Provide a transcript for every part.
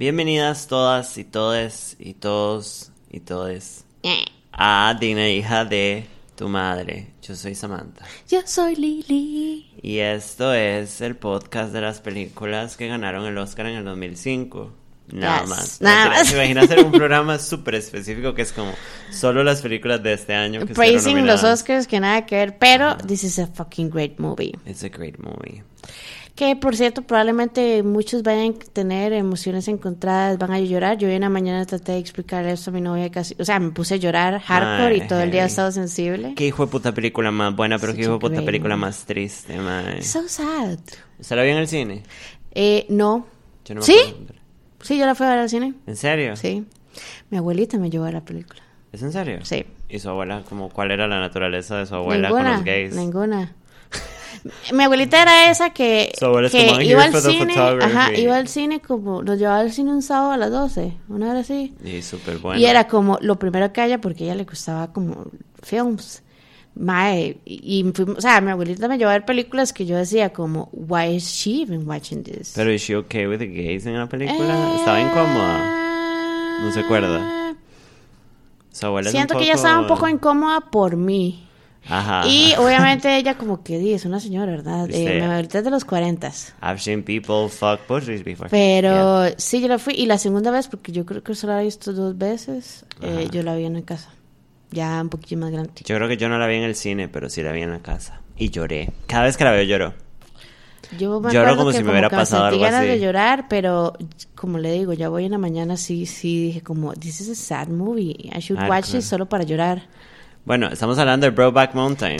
Bienvenidas todas y todes y todos y todes a Digna Hija de tu Madre. Yo soy Samantha. Yo soy Lili. Y esto es el podcast de las películas que ganaron el Oscar en el 2005. Nada más. ¿Te imaginas hacer un programa súper específico que es como solo las películas de este año que praising los Oscars, que nada que ver, pero this is a fucking great movie. It's a great movie. Que por cierto, probablemente muchos vayan a tener emociones encontradas, van a llorar. Yo hoy en la mañana traté de explicarle esto a mi novia casi, o sea, me puse a llorar hardcore y todo el día he estado sensible. Qué hijo de puta película más buena, pero qué hijo de puta película más triste, mae. So sad. ¿Usted la vio en el cine? No. Yo no me ¿Sí? acuerdo. Sí, yo la fui a ver al cine. ¿En serio? Sí. Mi abuelita me llevó a la película. ¿Es en serio? Sí. ¿Y su abuela, como cuál era la naturaleza de su abuela con los gays? Ninguna. Mi abuelita era esa que iba al cine, iba al cine como, nos llevaba al cine un sábado a las 12, una hora así. Y súper buena. Y era como lo primero que haya porque a ella le gustaba como films. Mae, y fuimos, o sea, mi abuelita me llevaba a ver películas que yo decía como, why is she even watching this? Pero ¿is she okay with the gays en la película? ¿Estaba incómoda? ¿No se acuerda? Su abuela siento que ella estaba un poco incómoda por mí. Ajá. Y obviamente ella como que es una señora, ¿verdad? Mi abuelita es de los 40. I've seen people fuck pushes before. Pero sí, yo la fui. Y la segunda vez, porque yo creo que solo la he visto 2 veces, yo la vi en la casa. Ya un poquito más grande. Yo creo que yo no la vi en el cine, pero sí la vi en la casa. Y lloré. Cada vez que la veo lloro. Lloro como si me hubiera pasado algo así. Ganas de llorar, pero como le digo, ya voy en la mañana, sí dije como, this is a sad movie. I should watch it solo para llorar. Bueno, estamos hablando de Brokeback Mountain.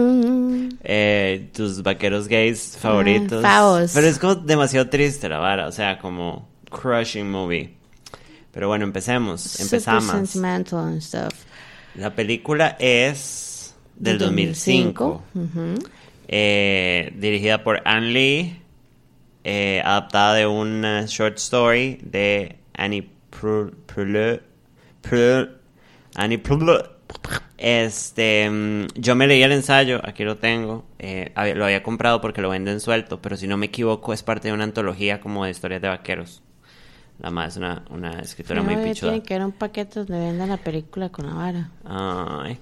Tus vaqueros gays favoritos. Favos. Pero es como demasiado triste la vara, o sea, como crushing movie. Pero bueno, empezamos. Super sentimental and stuff. La película es del 2005. Dirigida por Anne Lee. Adaptada de una short story de Annie Proulx. Yo me leí el ensayo, aquí lo tengo. Lo había comprado porque lo venden suelto, pero si no me equivoco es parte de una antología como de historias de vaqueros. La más es una escritora muy pichuda. Tiene que era un paquete donde venden la película con la vara. Ay.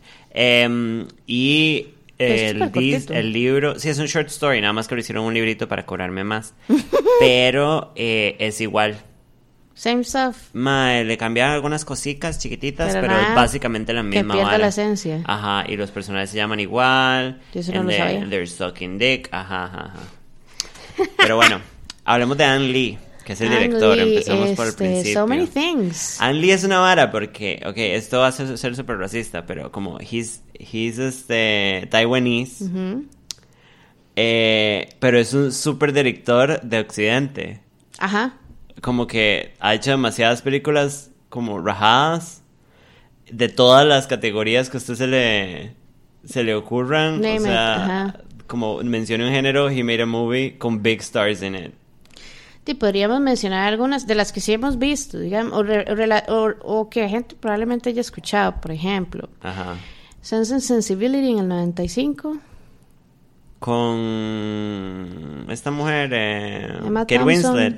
Y el libro, sí, es un short story, nada más que lo hicieron un librito para cobrarme más. Pero es igual. Same stuff. Le cambiaron algunas cositas chiquititas, pero es básicamente la misma que pierde vara. La esencia. Ajá, y los personajes se llaman igual. Yo eso no lo sabía. They're sucking dick. Ajá. Pero bueno, hablemos de Anne Lee, que es el director. Empecemos por el principio. So many things. Anne Lee es una vara porque, esto va a ser súper racista, pero como he's taiwanese, pero es un súper director de Occidente. Ajá. Como que ha hecho demasiadas películas como rajadas de todas las categorías que a usted se le ocurran. Name o sea, como mencione un género, he made a movie con big stars in it. Sí, podríamos mencionar algunas de las que sí hemos visto, digamos, o que gente probablemente haya escuchado, por ejemplo. Ajá. Sense and Sensibility en el 95. Con esta mujer, Kate Winslet.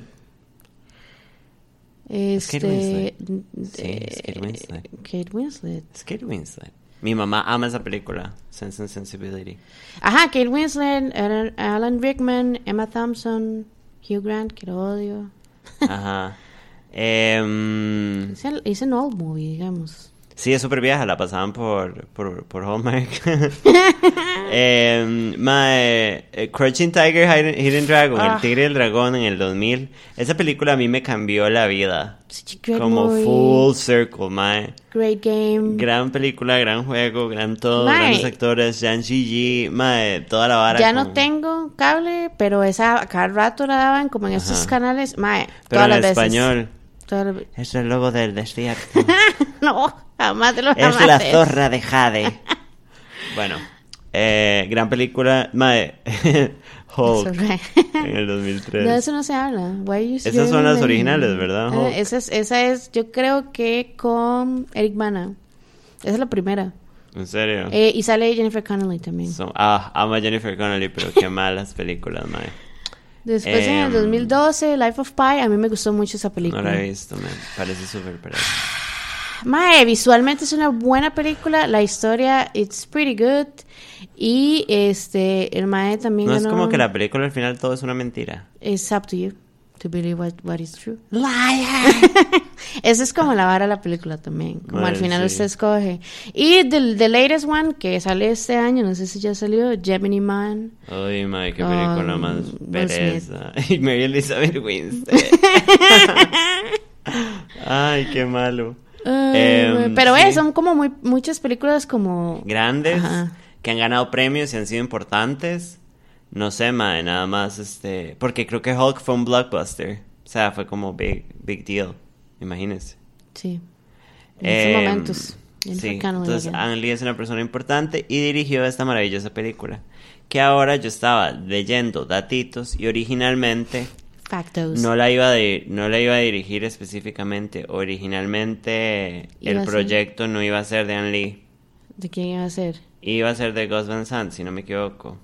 Kate Winslet. Sí, es Kate Winslet. Kate Winslet. Es Kate Winslet. Mi mamá ama esa película, Sense and Sensibility. Ajá, Kate Winslet, Alan Rickman, Emma Thompson, Hugh Grant, que lo odio. Ajá. Es un old movie, digamos. Sí, es súper vieja, la pasaban por Hallmark. Crouching Tiger, Hidden Dragon, El Tigre y el Dragón en el 2000. Esa película a mí me cambió la vida. Como movie. Full circle, mae. Great game. Gran película, gran juego, gran todo, grandes actores, Zhang Ziyi, mae, toda la vara. Ya no tengo cable, pero esa cada rato la daban como en estos canales, mae, pero todas en las español. Veces. Es el lobo del desierto. No, jamás de los Es la zorra de Jade. Bueno, gran película, mae. Hulk en el 2003. De eso no se habla. Esas son las originales, ¿verdad? Esa es, yo creo que con Eric Bana. Esa es la primera. ¿En serio? Y sale Jennifer Connelly también. Amo a Jennifer Connelly, pero qué malas películas, mae. Después en el 2012, Life of Pi, a mí me gustó mucho esa película. No la he visto, me parece súper pero... Mae, visualmente es una buena película, la historia, it's pretty good, y el mae también no ganó... es como que la película al final todo es una mentira. It's up to you to believe what is true. Liar. Esa es como la vara de la película también, como bueno, al final usted escoge. Y the latest one que sale este año, no sé si ya salió, Gemini Man. Ay, mae, qué película más pereza. Y Mary Elizabeth Winstead. Ay, qué malo. Pero sí. Son como muchas películas como... grandes, que han ganado premios y han sido importantes. No sé, mae, nada más, porque creo que Hulk fue un blockbuster. O sea, fue como big deal. Imagínense. Sí. En esos momentos. Sí, entonces Ang Lee es una persona importante y dirigió esta maravillosa película. Que ahora yo estaba leyendo datitos y originalmente... Factos. No la iba a dirigir específicamente. Originalmente el proyecto no iba a ser de Ang Lee. ¿De quién iba a ser? Iba a ser de Gus Van Sant, si no me equivoco.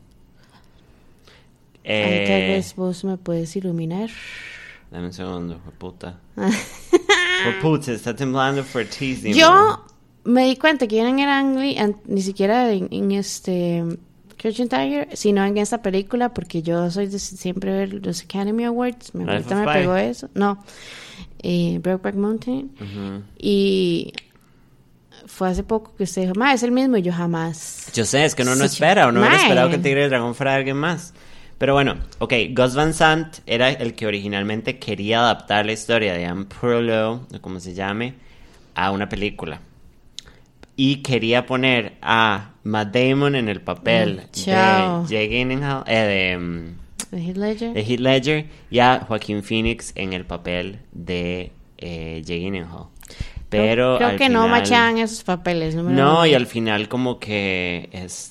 Tal vez vos me puedes iluminar. Dame un segundo, puta. Puta, está temblando fuertísimo. Yo me di cuenta que no era Ang Lee, ni siquiera en Crouching Tiger, sino en esta película, porque yo soy de siempre ver los Academy Awards. Ahorita me pegó eso. No, Brokeback Mountain. Uh-huh. Y fue hace poco que usted dijo, ma, es el mismo, y yo jamás. Yo sé, es que uno no espera, o no hubiera esperado que Tigre y el Dragón fuera alguien más. Pero bueno, ok, Gus Van Sant era el que originalmente quería adaptar la historia de Anne Purlow, o como se llame, a una película. Y quería poner a Matt Damon en el papel de Jake Gyllenhaal, de Heath Ledger, y a Joaquin Phoenix en el papel de Jake Gyllenhaal. Pero creo que no machaban esos papeles. No, y al final como que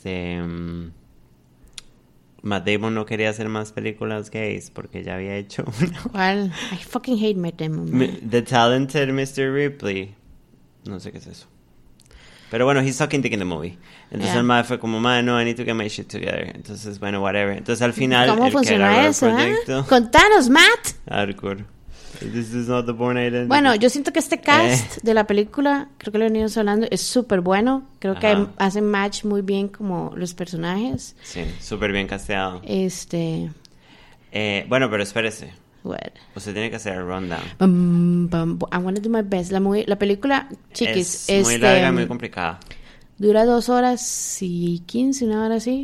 Matt Damon no quería hacer más películas gays porque ya había hecho una. ¿Cuál? I fucking hate Matt Damon. The Talented Mr. Ripley. No sé qué es eso. Pero bueno, he's sucking dick in the movie. Entonces el mae fue como, man, no, I need to get my shit together. Entonces, bueno, whatever. Entonces al final, ¿cómo funciona eso? Contanos, Matt. Hardcore. This is not the Bourne Identity. Bueno, yo siento que este cast de la película, creo que lo venimos hablando, es súper bueno. Creo que hacen match muy bien como los personajes. Sí, súper bien casteado. Bueno, pero espérese. What? Usted tiene que hacer el rundown. I want to do my best. La película, chiquis, es muy larga y muy complicada. Dura 2 horas y 15, una hora así.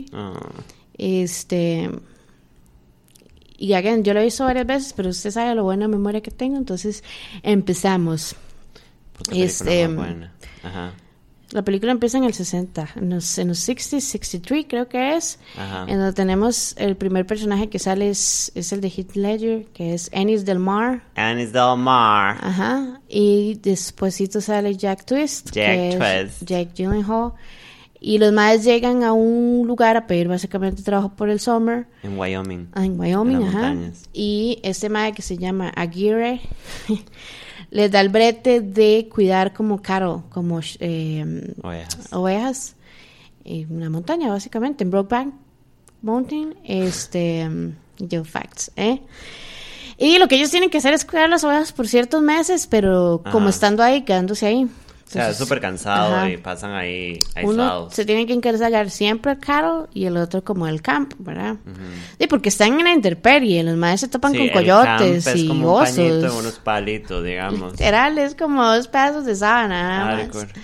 Y again, yo lo he visto varias veces, pero usted sabe lo buena memoria que tengo, entonces empezamos. Buena. Ajá. La película empieza en el 60, en los 60, 63 creo que es. Ajá. En donde tenemos el primer personaje que sale es el de Heath Ledger, que es Anis Del Mar. Anis Del Mar. Ajá. Y despuésito sale Jack Twist. Es Jake Gyllenhaal. Y los madres llegan a un lugar a pedir básicamente trabajo por el summer. En Wyoming. En Wyoming, ajá. Montañas. Y este madre que se llama Aguirre les da el brete de cuidar como cattle, como ovejas. En una montaña, básicamente, en Brokeback Mountain. Yo facts, Y lo que ellos tienen que hacer es cuidar las ovejas por ciertos meses, pero como estando ahí, quedándose ahí. Entonces, o sea, es súper cansado y pasan ahí aislados. Uno se tiene que encargar siempre el cattle y el otro como el camp, ¿verdad? Y porque están en la intemperie, los madres se topan con coyotes y es como osos. Un pañito, unos palitos, digamos. Literal, es como 2 pedazos de sábana, nada más.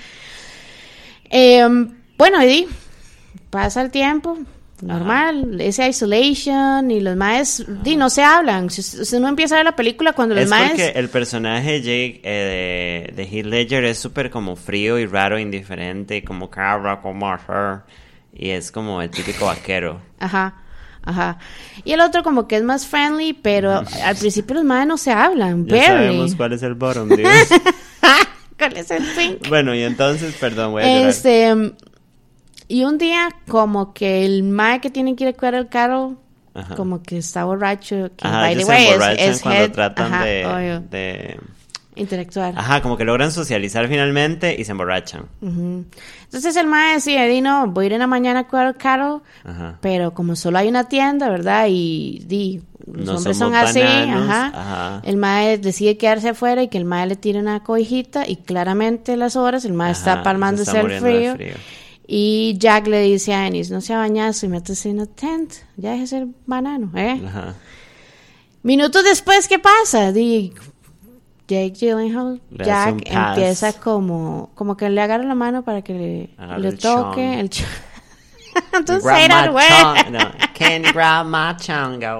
Bueno, y pasa el tiempo, normal, ese isolation y los maes no se hablan. Si uno empieza a ver la película cuando los maes... Es porque el personaje Jake de Heath Ledger es súper como frío y raro, indiferente, como cabra, como her, y es como el típico vaquero. Ajá. Y el otro como que es más friendly, pero al principio los maes no se hablan. Ya sabemos cuál es el bottom, Dios. ¿Cuál es el pink? Bueno, y entonces, perdón, voy a llorar. Y un día, como que el mae que tiene que ir a cuidar el carro, como que está borracho. Que, by the way, es cuando tratan de interactuar. Ajá, como que logran socializar finalmente y se emborrachan. Entonces el mae decide, no, voy a ir en la mañana a cuidar Carol, pero como solo hay una tienda, ¿verdad? Y los hombres son así, el mae decide quedarse afuera y que el mae le tire una cobijita y claramente las horas el mae está palmándose el frío. Y Jack le dice a Ennis, no se bañazo y métese en la tent, ya deje ser banano, Minutos después, ¿qué pasa? Jake Gyllenhaal, Jack empieza como que le agarra la mano para que le toque el Don't say that word. No, can you grab my chongo?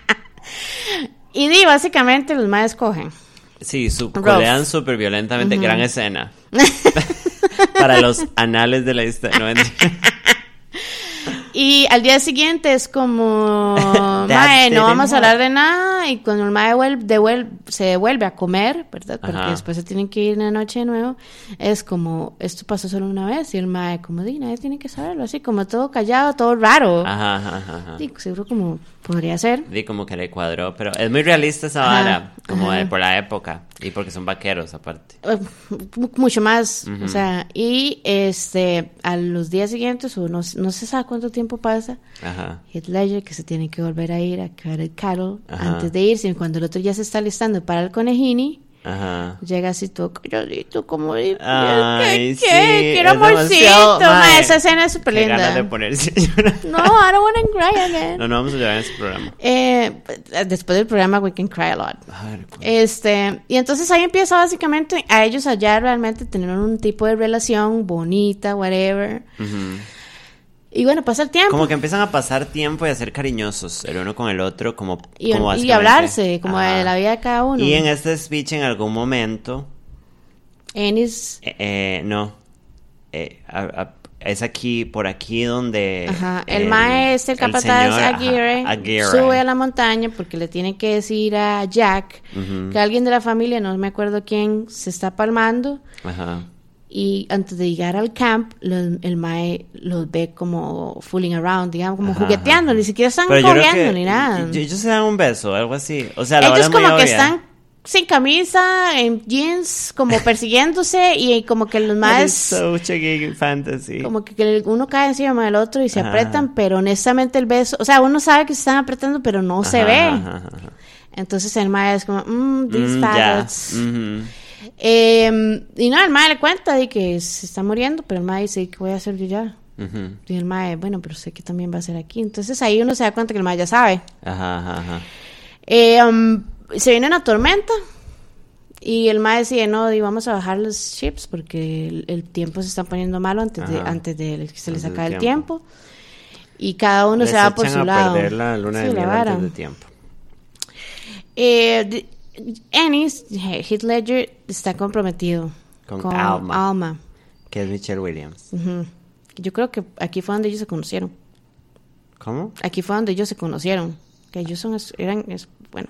Y básicamente los maes cogen. Sí, colean súper violentamente. Gran escena. Para los anales de la historia. Y al día siguiente es como, mae, no vamos a hablar de nada. Y cuando el mae se devuelve a comer, ¿verdad? Porque después se tienen que ir en la noche de nuevo. Es como, esto pasó solo una vez. Y el mae, como, nadie tiene que saberlo. Así como todo callado, todo raro. Y seguro como podría ser. Como que le cuadró. Pero es muy realista esa vara. Como por la época. Y porque son vaqueros, aparte. Mucho más. O sea, y a los días siguientes, o no se sabe cuánto tiempo pasa, Heath Ledger, que se tiene que volver a ir a Carol antes de irse, y cuando el otro ya se está listando para el conejini, llega así todo calladito, como ¿qué? Quiero amorcito. Esa escena es súper linda. Ganas de ponerse a llorar. No, I don't want to cry again. No vamos a llorar en ese programa. Después del programa we can cry a lot. Y entonces ahí empieza básicamente a ellos allá realmente tener un tipo de relación bonita, whatever. Y bueno, pasa el tiempo. Como que empiezan a pasar tiempo y a ser cariñosos el uno con el otro, como y hablarse, como de la vida de cada uno. Y en este speech en algún momento Ennis es aquí, por aquí donde el maestro, el capataz Aguirre sube a la montaña porque le tiene que decir a Jack que alguien de la familia, no me acuerdo quién, se está palmando. Y antes de llegar al camp, el mae los ve como fooling around, digamos, como jugueteando, ni siquiera están corriendo ni nada. Ellos se dan un beso, algo así. O sea, ellos como que están sin camisa, en jeans, como persiguiéndose, y como que los maes fantasy. Como que uno cae encima del otro y se apretan, pero honestamente el beso, o sea, uno sabe que se están apretando, pero no se ve. Entonces el mae es como, these faggots. Y no, el mae le cuenta de que se está muriendo, pero el mae dice, ¿qué voy a hacer yo ya? Y el mae, bueno, pero sé que también va a ser aquí. Entonces ahí uno se da cuenta que el mae ya sabe. Se viene una tormenta y el mae decide, no, vamos a bajar los ships porque el tiempo se está poniendo malo antes de que se les acabe el tiempo. Y cada uno se va por su lado. Perder la luna de miel antes de tiempo. Ennis, Heath Ledger, está comprometido con Alma, que es Michelle Williams. Yo creo que aquí fue donde ellos se conocieron. ¿Cómo? Aquí fue donde ellos se conocieron. Que ellos bueno.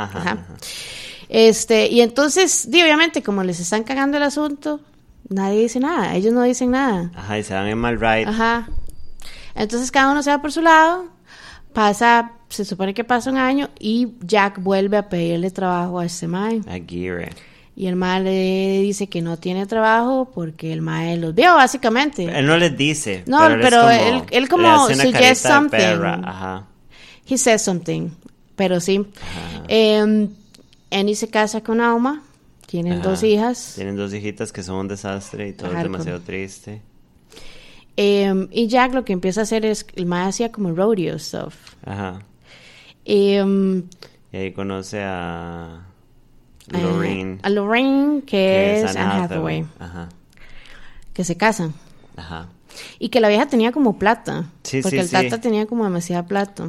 Y entonces, obviamente, como les están cagando el asunto, nadie dice nada. Ellos no dicen nada. Y se van en mal ride. Entonces cada uno se va por su lado. Se supone que pasa un año y Jack vuelve a pedirle trabajo a este mae. Aguirre. Y el mae le dice que no tiene trabajo porque el mae los vio, básicamente. Él no les dice. No, pero él como suggests something. He says something. Pero sí. Ennis se casa con Alma. Tienen 2 hijas. Tienen 2 hijitas que son un desastre y todo es demasiado triste. Y Jack lo que empieza a hacer es, el mae hacía como rodeo stuff. Y ahí conoce a Lorraine. A Lorraine, que es Anne Hathaway. Que se casan. Y que la vieja tenía como plata. Porque el tata tenía como demasiada plata.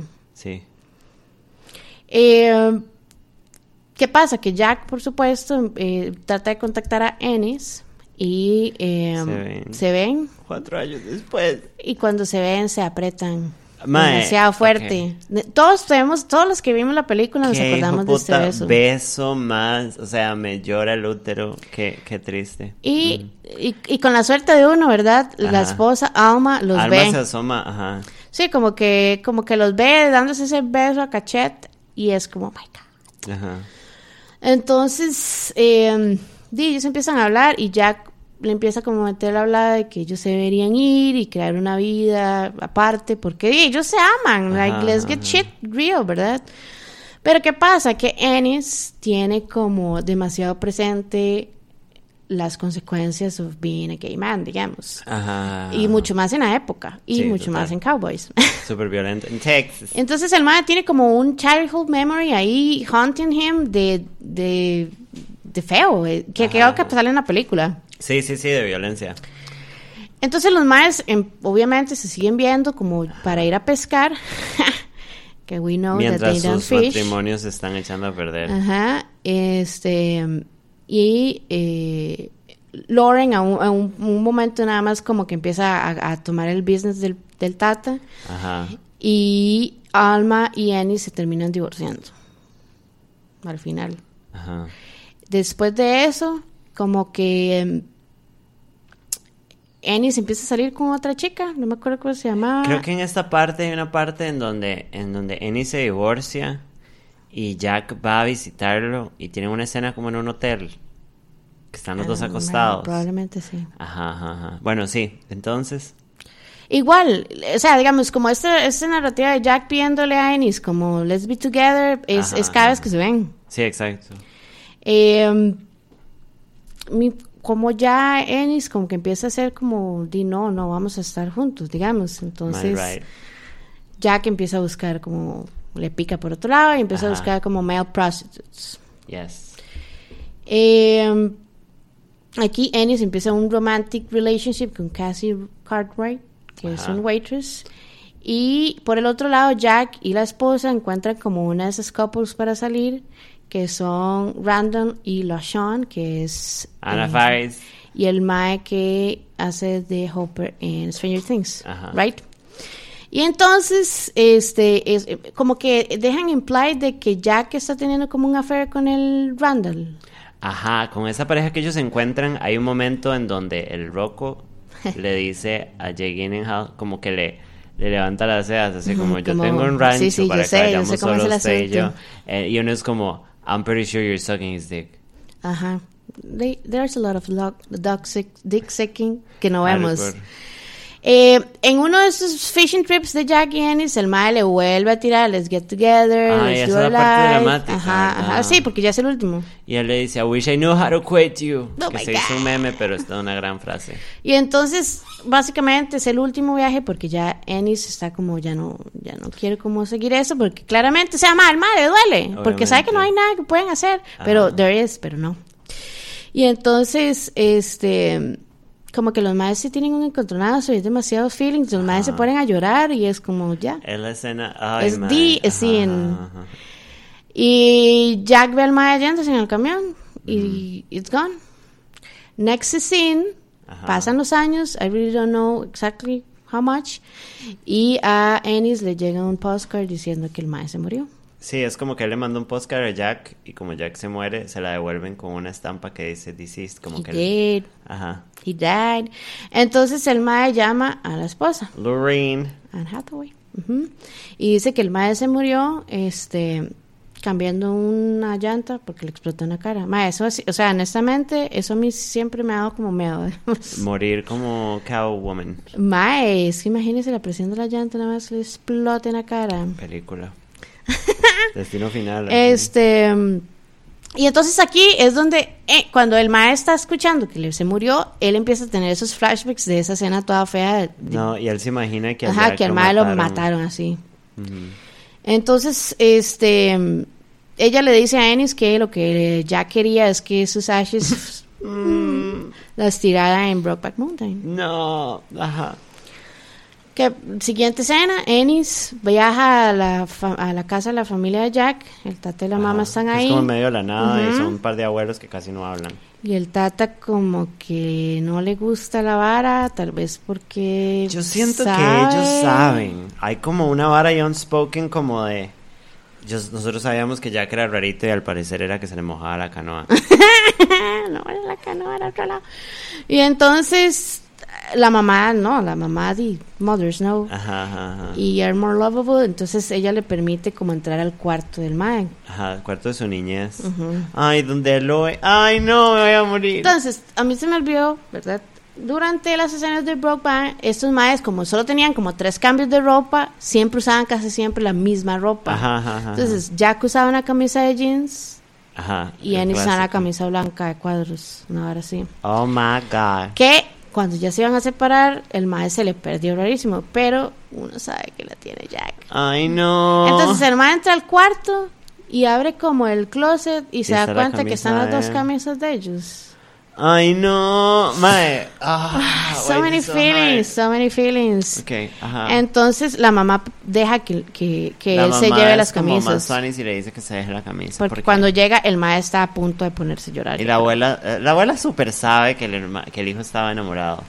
¿Qué pasa? Que Jack, por supuesto, trata de contactar a Ennis. Y se ven 4 años después. Y cuando se ven se apretan demasiado fuerte. Todos los que vimos la película nos acordamos de este beso más, o sea, me llora el útero. Qué triste. Y con la suerte de uno, ¿verdad? La esposa Alma ve. Alma se asoma, Sí, como que los ve dándose ese beso a cachete y es como, oh my God. Entonces, ellos empiezan a hablar y Jack le empieza como a meter la hablada de que ellos se deberían ir y crear una vida aparte porque ellos se aman, like, let's get shit real, ¿verdad? Pero ¿qué pasa? Que Ennis tiene como demasiado presente las consecuencias of being a gay man, digamos. Y mucho más en la época. Y mucho más en Cowboys. Súper violento en Texas. Entonces el man tiene como un childhood memory ahí haunting him de feo. Que creo que sale en la película. Sí, de violencia. Entonces los maes obviamente se siguen viendo como para ir a pescar. Que we know mientras that they don't sus fish. matrimonios se están echando a perder. Y Lauren a un momento nada más como que empieza a tomar el business del tata. Y Alma y Ennis se terminan divorciando al final. Después de eso, como que Ennis empieza a salir con otra chica, no me acuerdo cómo se llamaba. Creo que en esta parte hay una parte en donde Ennis se divorcia y Jack va a visitarlo y tienen una escena como en un hotel que están los dos acostados. Probablemente sí. Bueno, sí, entonces igual, o sea, digamos, como esta narrativa de Jack pidiéndole a Ennis como let's be together es cada vez que se ven. Sí, exacto. Como ya Ennis como que empieza a ser como no vamos a estar juntos, digamos, entonces Jack empieza a buscar como le pica por otro lado y empieza a buscar como male prostitutes. Aquí Ennis empieza un romantic relationship con Cassie Cartwright, que es un waitress, y por el otro lado Jack y la esposa encuentran como una de esas couples para salir, que son Randall y LaShawn, que es Anna Faris, y el mae que hace de Hopper en Stranger Things, right? Y entonces es como que dejan implied de que Jack está teniendo como un affair con el Randall. Con esa pareja que ellos se encuentran, hay un momento en donde el Rocco le dice a Jake Gyllenhaal como que le levanta las cejas, así como yo tengo un rancho para que vayamos solo usted y yo. Y uno es como, I'm pretty sure you're sucking his dick. There's a lot of dick sucking que no vemos. En uno de esos fishing trips de Jack y Ennis, el mae le vuelve a tirar let's get together, let's do la parte dramática. Sí, porque ya es el último. Y él le dice, I wish I knew how to quit you. Que se hizo un meme, pero está una gran frase. Y entonces, básicamente es el último viaje porque ya Ennis está como, ya no quiere como seguir eso, porque claramente se llama el mae, le duele. Obviamente. Porque sabe que no hay nada que pueden hacer, pero pero no. Y entonces, como que los maes sí tienen un encontronazo y es demasiados feelings, los maes se ponen a llorar y es como ya. Es la escena, y Jack ve al mae yéndose en el camión y it's gone. Next scene, pasan los años, I really don't know exactly how much, y a Ennis le llega un postcard diciendo que el mae se murió. Sí, es como que él le mandó un postcard a Jack y como Jack se muere, se la devuelven con una estampa que dice deceased, como He died. Entonces el mae llama a la esposa, Lorraine Anne Hathaway, y dice que el mae se murió cambiando una llanta porque le explotó en la cara. Mae, eso así, o sea, honestamente, eso a mí siempre me ha dado como miedo. Morir como Cowwoman. Mae, es que imagínese la presión de la llanta, nada más le explota en la cara. Película. Destino final. Y entonces aquí es donde cuando el mae está escuchando que se murió, él empieza a tener esos flashbacks de esa escena toda fea. Y él se imagina que que al mae lo mataron así. Entonces, ella le dice a Ennis que lo que Jack quería es que sus ashes las tirara en Brokeback Mountain. Que siguiente escena, Ennis viaja a la casa de la familia de Jack, el tata y la mamá están ahí. Es como en medio de la nada y son un par de abuelos que casi no hablan. Y el tata como que no le gusta la vara, tal vez porque yo siento que ellos saben. Hay como una vara y unspoken como de... Nosotros sabíamos que Jack era rarito y al parecer era que se le mojaba la canoa. No, era la canoa, era otro lado. Y entonces... la mamá de Mothers, ¿no? Ajá. Y are more lovable, entonces ella le permite como entrar al cuarto del mae. Ajá, el cuarto de su niñez. Ay, donde Eloy. Ay, no, me voy a morir. Entonces, a mí se me olvidó, ¿verdad? Durante las escenas de Brokeback, estos maes, como solo tenían como 3 cambios de ropa, siempre usaban casi siempre la misma ropa. Ajá. Entonces, Jack usaba una camisa de jeans. Ajá. Y Annie usaba una camisa blanca de cuadros, una hora así. Oh my God. Que cuando ya se iban a separar, el mae se le perdió rarísimo, pero uno sabe que la tiene Jack. Ay, no. Entonces el mae entra al cuarto y abre como el closet y se da cuenta que están las 2 camisas de ellos. Ay, no, mae. So many feelings. Okay, ajá. Entonces la mamá deja que él se lleve las camisas. La mamá es como y le dice que se deje la camisa. Porque cuando llega, el mae está a punto de ponerse a llorar. Y la abuela súper sabe que el hijo estaba enamorado.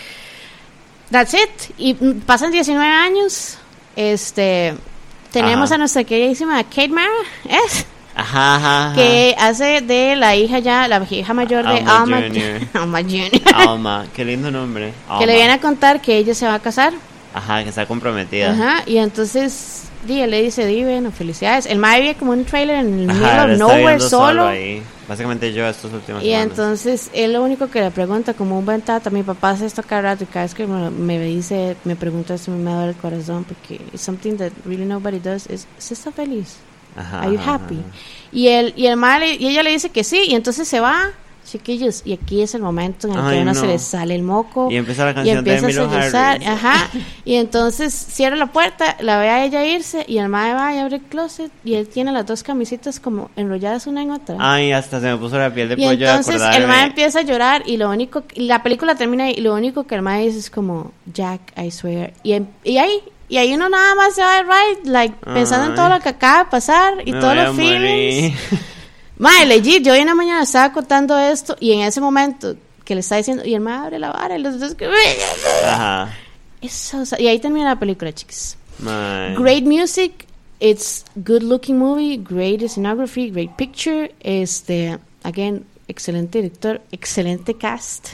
That's it. Y pasan 19 años. Tenemos a nuestra queridísima Kate Mara, ¿es? Ajá. Que hace de la hija mayor de Alma Jr. Alma, qué lindo nombre. Alma. Que le viene a contar que ella se va a casar. Ajá, que está comprometida. Ajá, y entonces él le dice, bueno, felicidades. El mae vive como en un trailer en el middle of nowhere solo. Ahí. Básicamente yo estos últimos Y semanas. Entonces él lo único que le pregunta, como un buen tata, mi papá hace esto cada rato y cada vez que me pregunta esto me duele el corazón porque it's something that really nobody does. ¿Se está feliz? Ajá, Are you happy? Y ella le dice que sí, y entonces se va, chiquillos, y aquí es el momento en el que a uno se le sale el moco y empieza la canción de Emily Harris. Ajá, y entonces cierra la puerta, la ve a ella irse, y el mae va y abre el closet, y él tiene las 2 camisitas como enrolladas una en otra. Ay, hasta se me puso la piel de pollo. Y entonces el mae empieza a llorar, y la película termina, y lo único que el mae dice es como, Jack, I swear, y ahí uno nada más se va de ride, pensando en todo lo que acaba de pasar y todos los feelings. Mae, legit, yo hoy en la mañana estaba contando esto y en ese momento que le está diciendo, y el mae abre la vara y los dos que... Ajá. Y ahí termina la película, chicos. Mae. Great music, it's good looking movie, great scenography, great picture, again, excelente director, excelente cast.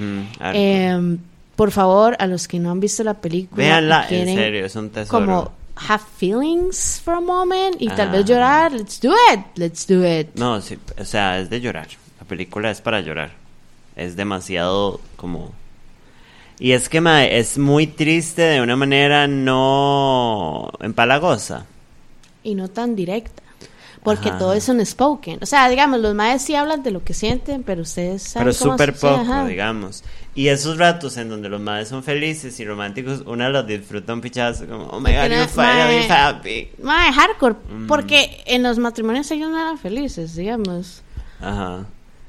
Por favor, a los que no han visto la película, véanla, en serio, es un tesoro. Como have feelings for a moment y tal vez llorar, let's do it. No, sí, o sea, es de llorar. La película es para llorar. Es demasiado como... Y es que, mae, es muy triste de una manera no empalagosa. Y no tan directa. Porque todo es unspoken. O sea, digamos, los maes sí hablan de lo que sienten, pero ustedes saben pero súper poco, digamos. Y esos ratos en donde los maes son felices y románticos, uno los disfruta un pichazo, como, oh my God, you're finally happy. Mae, hardcore, porque en los matrimonios ellos no eran felices, digamos. Ajá.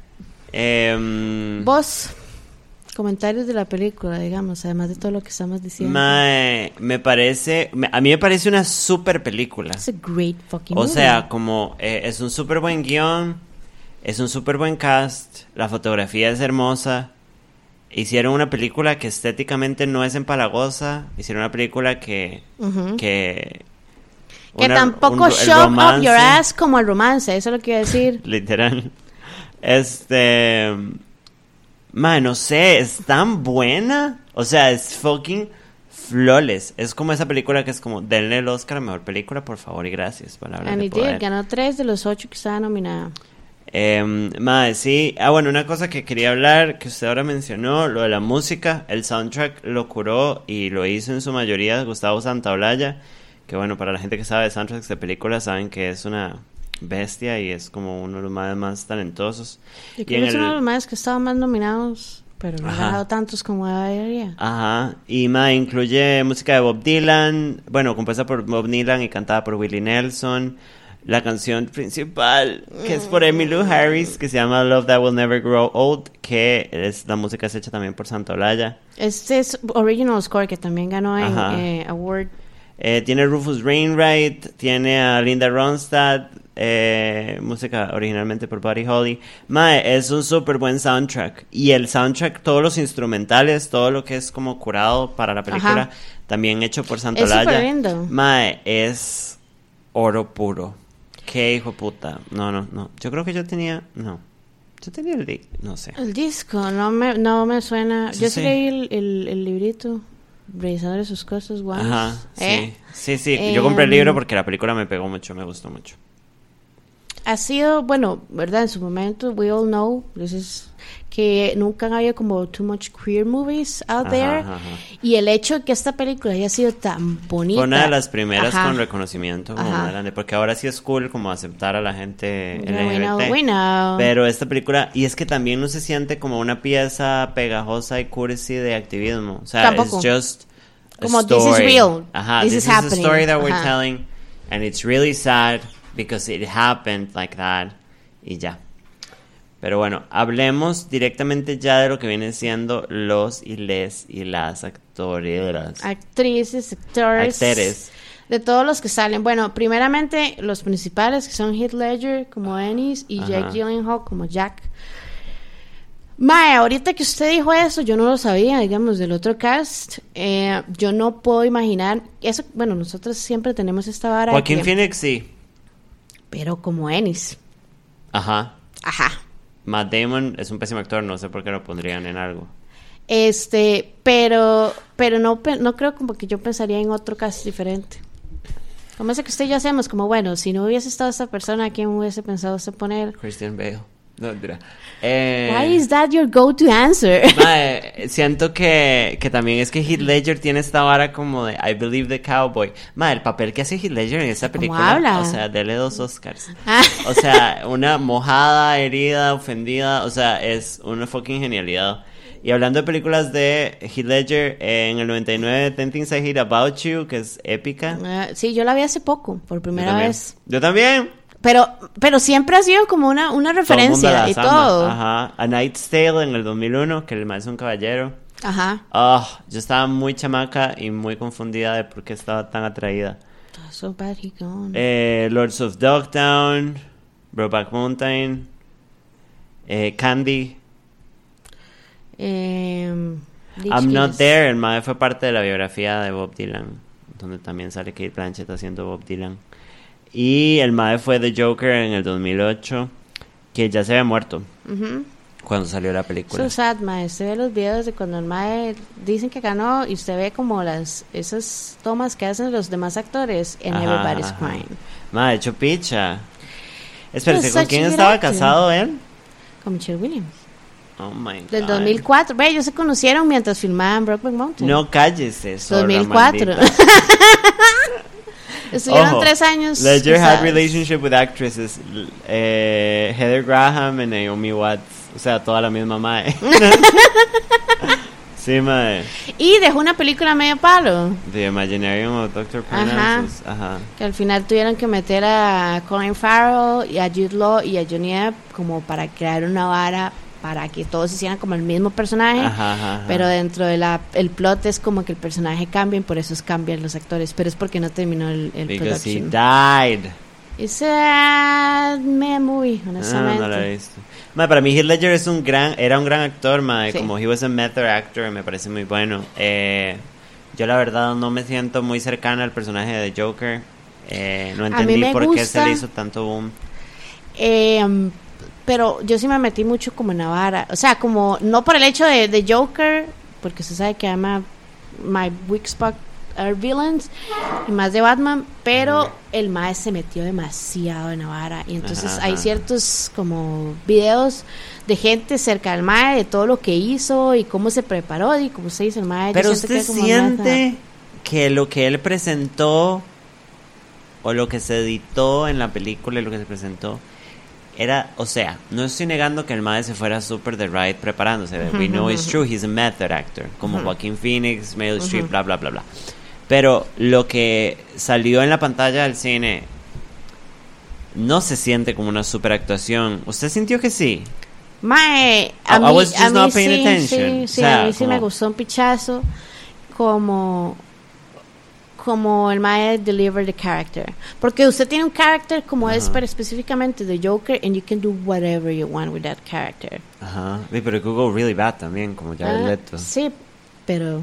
Vos, comentarios de la película, digamos, además de todo lo que estamos diciendo. Mae, a mí me parece una super película. It's a great fucking movie. O sea, como es un super buen guión, es un super buen cast, la fotografía es hermosa. Hicieron una película que estéticamente no es empalagosa, hicieron una película que tampoco show up your ass como el romance, eso es lo que iba a decir. Literal. Man, no sé, es tan buena. O sea, es fucking flawless. Es como esa película que es como, denle el Oscar a mejor película, por favor y gracias. And it did, ganó 3 de los 8 que estaba nominada. Sí. Bueno, una cosa que quería hablar, que usted ahora mencionó, lo de la música. El soundtrack lo curó y lo hizo en su mayoría Gustavo Santaolalla. Que bueno, para la gente que sabe de soundtracks de películas, saben que es una bestia y es como uno de los más talentosos. Yo creo que es uno de los más que estaban más nominados, pero no ha ganado tantos como debería. Ajá, y incluye música de Bob Dylan, bueno, compuesta por Bob Dylan y cantada por Willie Nelson. La canción principal, que es por Emmylou Harris, que se llama Love That Will Never Grow Old, que la música es hecha también por Santaolalla. Este es Original Score, que también ganó en Award. Tiene Rufus Wainwright, tiene a Linda Ronstadt, música originalmente por Buddy Holly. Mae, es un súper buen soundtrack. Y el soundtrack, todos los instrumentales, todo lo que es como curado para la película, también hecho por Santaolalla. Es súper lindo. Mae, es oro puro. Qué hijo de puta. No. Yo creo que yo tenía... No. Yo tenía no sé. El disco, no me suena. Yo sí leí el librito, revisando sus cosas, guau. Ajá, sí. Yo compré el libro porque la película me pegó mucho, me gustó mucho. Ha sido, bueno, ¿verdad? En su momento, we all know, que nunca había como too much queer movies out there. Y el hecho de que esta película haya sido tan bonita. Fue una de las primeras con reconocimiento como grande, porque ahora sí es cool como aceptar a la gente LGBT. We know. Pero esta película, y es que también no se siente como una pieza pegajosa y cursi de activismo. O sea, tampoco. It's just a como story. This is real. This is a story that we're telling, and it's really sad because it happened like that. Y ya. Pero bueno, hablemos directamente ya de lo que vienen siendo los y las actoreras. Actrices, actores. De todos los que salen. Bueno, primeramente los principales, que son Heath Ledger como Ennis y Jake Gyllenhaal como Jack. Mae, ahorita que usted dijo eso, yo no lo sabía, digamos, del otro cast. Yo no puedo imaginar eso. Bueno, nosotros siempre tenemos esta vara. Joaquín Phoenix, sí. Pero como Ennis. Ajá. Matt Damon es un pésimo actor, no sé por qué lo pondrían en algo. Pero no creo como que yo pensaría en otro cast diferente. Como ese que usted y yo hacemos, como bueno, si no hubiese estado esta persona, ¿a quién hubiese pensado usted poner? Christian Bale. No, mentira. Why is that your go-to answer? Siento que también es que Heath Ledger tiene esta vara como de I Believe the Cowboy. El papel que hace Heath Ledger en esa película, habla? O sea, dele 2 Oscars. O sea, una mojada, herida, ofendida, o sea, es una fucking genialidad. Y hablando de películas de Heath Ledger, en el 99, 10 Things I Hate About You, que es épica. Sí, yo la vi hace poco, por primera vez. Yo también. Pero siempre ha sido como una referencia y todo. Ajá. A Knight's Tale en el 2001, que el man es un caballero. Ajá. Yo estaba muy chamaca y muy confundida de por qué estaba tan atraída. So bad he gone. Lords of Dogtown, Brokeback Mountain, Candy. I'm Not There, el man fue parte de la biografía de Bob Dylan, donde también sale Cate Blanchett haciendo Bob Dylan. Y el mae fue The Joker en el 2008, que ya se había muerto cuando salió la película. So sad, mae. Usted ve los videos de cuando el mae dicen que ganó y usted ve como esas tomas que hacen los demás actores en Everybody's Crying. Mae, hecho picha. Espérate, ¿con quién estaba casado él? Con Michelle Williams. Oh my God. Del 2004. Ve, ellos se conocieron mientras filmaban Brokeback Mountain. No cállese, 2004. Estuvieron 3 años. Ledger had relationship with actresses Heather Graham y Naomi Watts. O sea, toda la misma mae. Sí, mae. Y dejó una película medio palo. The Imaginarium of Dr. Parnassus. Ajá. Que al final tuvieron que meter a Colin Farrell y a Jude Law y a Johnny Depp como para crear una vara para que todos hicieran como el mismo personaje. Ajá. Pero dentro de el plot es como que el personaje cambia y por eso cambian los actores, pero es porque no terminó el Because production. He died. Es medio movie, honestamente. No lo he visto. Para mí Heath Ledger era un gran actor, sí. Como he was a method actor, me parece muy bueno. Yo la verdad no me siento muy cercana al personaje de Joker. No entendí por qué se le hizo tanto boom. Pero yo sí me metí mucho como en Navarra. O sea, como no por el hecho de Joker, porque se sabe que ama my weak spot are villains, y más de Batman, pero el mae se metió demasiado en Navarra. Y entonces hay ciertos como videos de gente cerca del mae, de todo lo que hizo y cómo se preparó, y como usted dice, el mae. Pero usted siente que lo que él presentó o lo que se editó en la película y lo que se presentó era, o sea, no estoy negando que el mae se fuera super the right preparándose. We know it's true, he's a method actor, como Joaquin Phoenix, Meryl Streep, bla bla bla bla. Pero lo que salió en la pantalla del cine no se siente como una super actuación. ¿Usted sintió que sí? Mae, a mí sí, a mí sí me gustó un pichazo como el mae deliver the character, porque usted tiene un character como es, pero específicamente de Joker, and you can do whatever you want with that character. Pero it could go really bad también, como Jared Leto. Sí, pero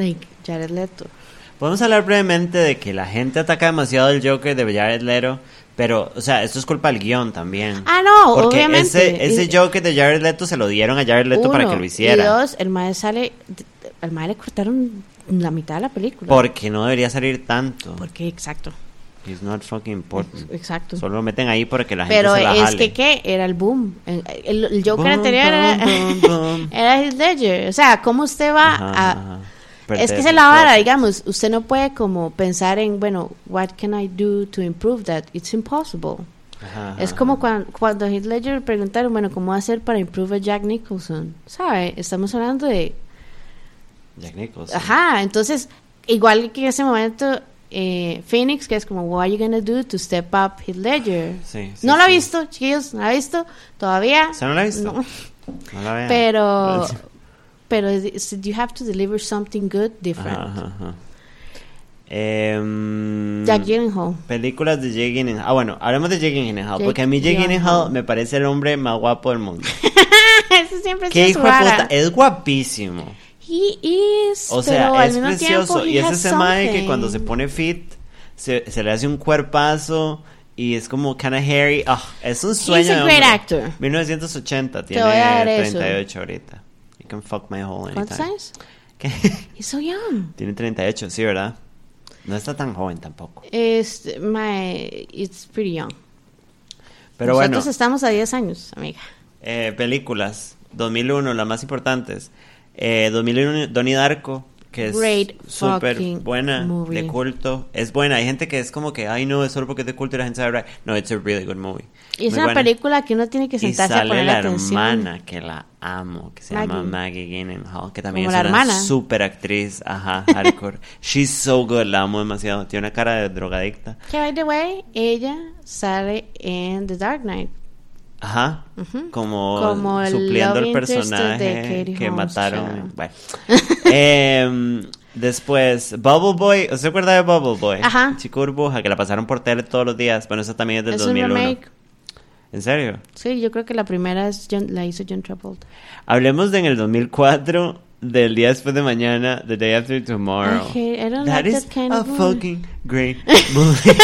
Jared Leto. Podemos hablar brevemente de que la gente ataca demasiado el Joker de Jared Leto, Pero, o sea, esto es culpa del guión también. Ah, no, porque obviamente. Ese Joker de Jared Leto se lo dieron a Jared Leto para que lo hiciera. Y dos, el mae le cortaron la mitad de la película. Porque no debería salir tanto. Porque, exacto. It's not fucking important. Exacto. Solo lo meten ahí porque la gente pero se la jale. Pero es que, ¿qué? Era el boom. El Joker anterior era Heath Ledger. O sea, ¿cómo usted va a... Es que esa es la vara, digamos. Usted no puede como pensar en, bueno, what can I do to improve that? It's impossible. Es como cuando Heath Ledger preguntaron, bueno, ¿cómo hacer para improve a Jack Nicholson? ¿Sabe? Estamos hablando de... Jack Nicholson. Entonces, igual que en ese momento... Phoenix, que es como what are you gonna do to step up Heath Ledger. No lo he visto, chiquillos, no lo he visto todavía. ¿Se no lo he visto? No la vean. Pero you have to deliver something good, different. Jake Gyllenhaal. Películas de Jake Gyllenhaal. Bueno, hablemos de Jake Gyllenhaal, porque a mí Jake Gyllenhaal me parece el hombre más guapo del mundo. Eso siempre ¿Qué hijo de puta? Es guapísimo. He is, o sea, es precioso. Y es ese mae que cuando se pone fit se le hace un cuerpazo y es como kinda hairy. Es un sueño. He's a great actor. 1980, tiene 38 ahorita. You can fuck my hole anytime. ¿Cuántos años? ¿Qué? He's so young. Tiene 38, sí, ¿verdad? No está tan joven tampoco. It's pretty young. Pero nosotros estamos a 10 años, amiga. Películas 2001, las más importantes. 2001 Donnie Darko, que es súper buena, movie. De culto. Es buena. Hay gente que es como que, ay no, es solo porque es de culto y la gente sabe. No, it's a really good movie. Y es una película que uno tiene que sentarse a poner atención. Y sale la hermana, que la amo, que se llama Maggie Gyllenhaal, que también como es una hermana. Súper actriz, hardcore. She's so good, la amo demasiado. Tiene una cara de drogadicta. Que, by the way, ella sale en The Dark Knight. Como supliendo el personaje que mataron. Bueno. Después, Bubble Boy. ¿Usted se acuerda de Bubble Boy? Chico burbuja, que la pasaron por tele todos los días. Bueno, esa también es del 2001. Remake. ¿En serio? Sí, yo creo que la primera la hizo John Travolta. Hablemos de en el 2004 del día después de mañana, The Day After Tomorrow. I don't that like is that kind a of fucking great movie.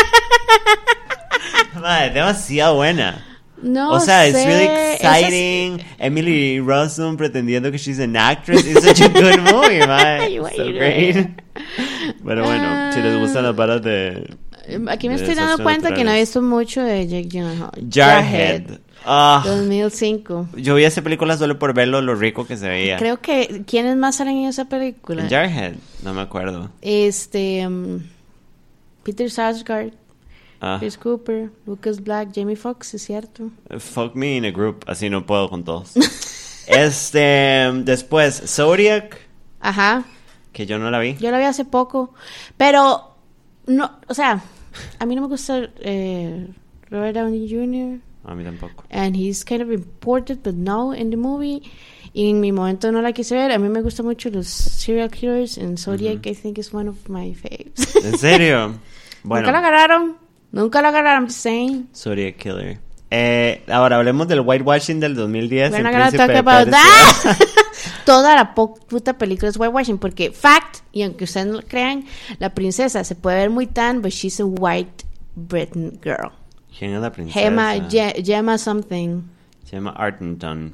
Madre, demasiado buena. No, o sea, it's really exciting. Emily Rossum pretendiendo que she's an actress. It's such a good movie, man. So great. Pero bueno, si les gustan las varas de... Aquí me estoy dando cuenta que no he visto mucho de Jake Gyllenhaal. Jarhead. 2005. Yo vi esa película solo por ver lo rico que se veía. Creo que... ¿Quiénes más salen en esa película? En Jarhead, no me acuerdo. Peter Sarsgaard. Chris Cooper, Lucas Black, Jamie Foxx, ¿es cierto? Fuck me in a group, así no puedo con todos. Después, Zodiac. Que yo no la vi. Yo la vi hace poco, pero no, o sea, a mí no me gusta Robert Downey Jr. A mí tampoco. And he's kind of important, but no in the movie. Y en mi momento no la quise ver. A mí me gustan mucho los serial killers, and Zodiac I think is one of my faves. ¿En serio? Bueno. Nunca la agarraron, saying. Zodiac Killer. Ahora hablemos del whitewashing del 2010. We're not gonna talk about Toda la puta película es whitewashing, porque fact, y aunque ustedes no lo crean, la princesa se puede ver muy tan, but she's a white Britain girl. ¿Quién es la princesa? Gemma something. Gemma Arterton.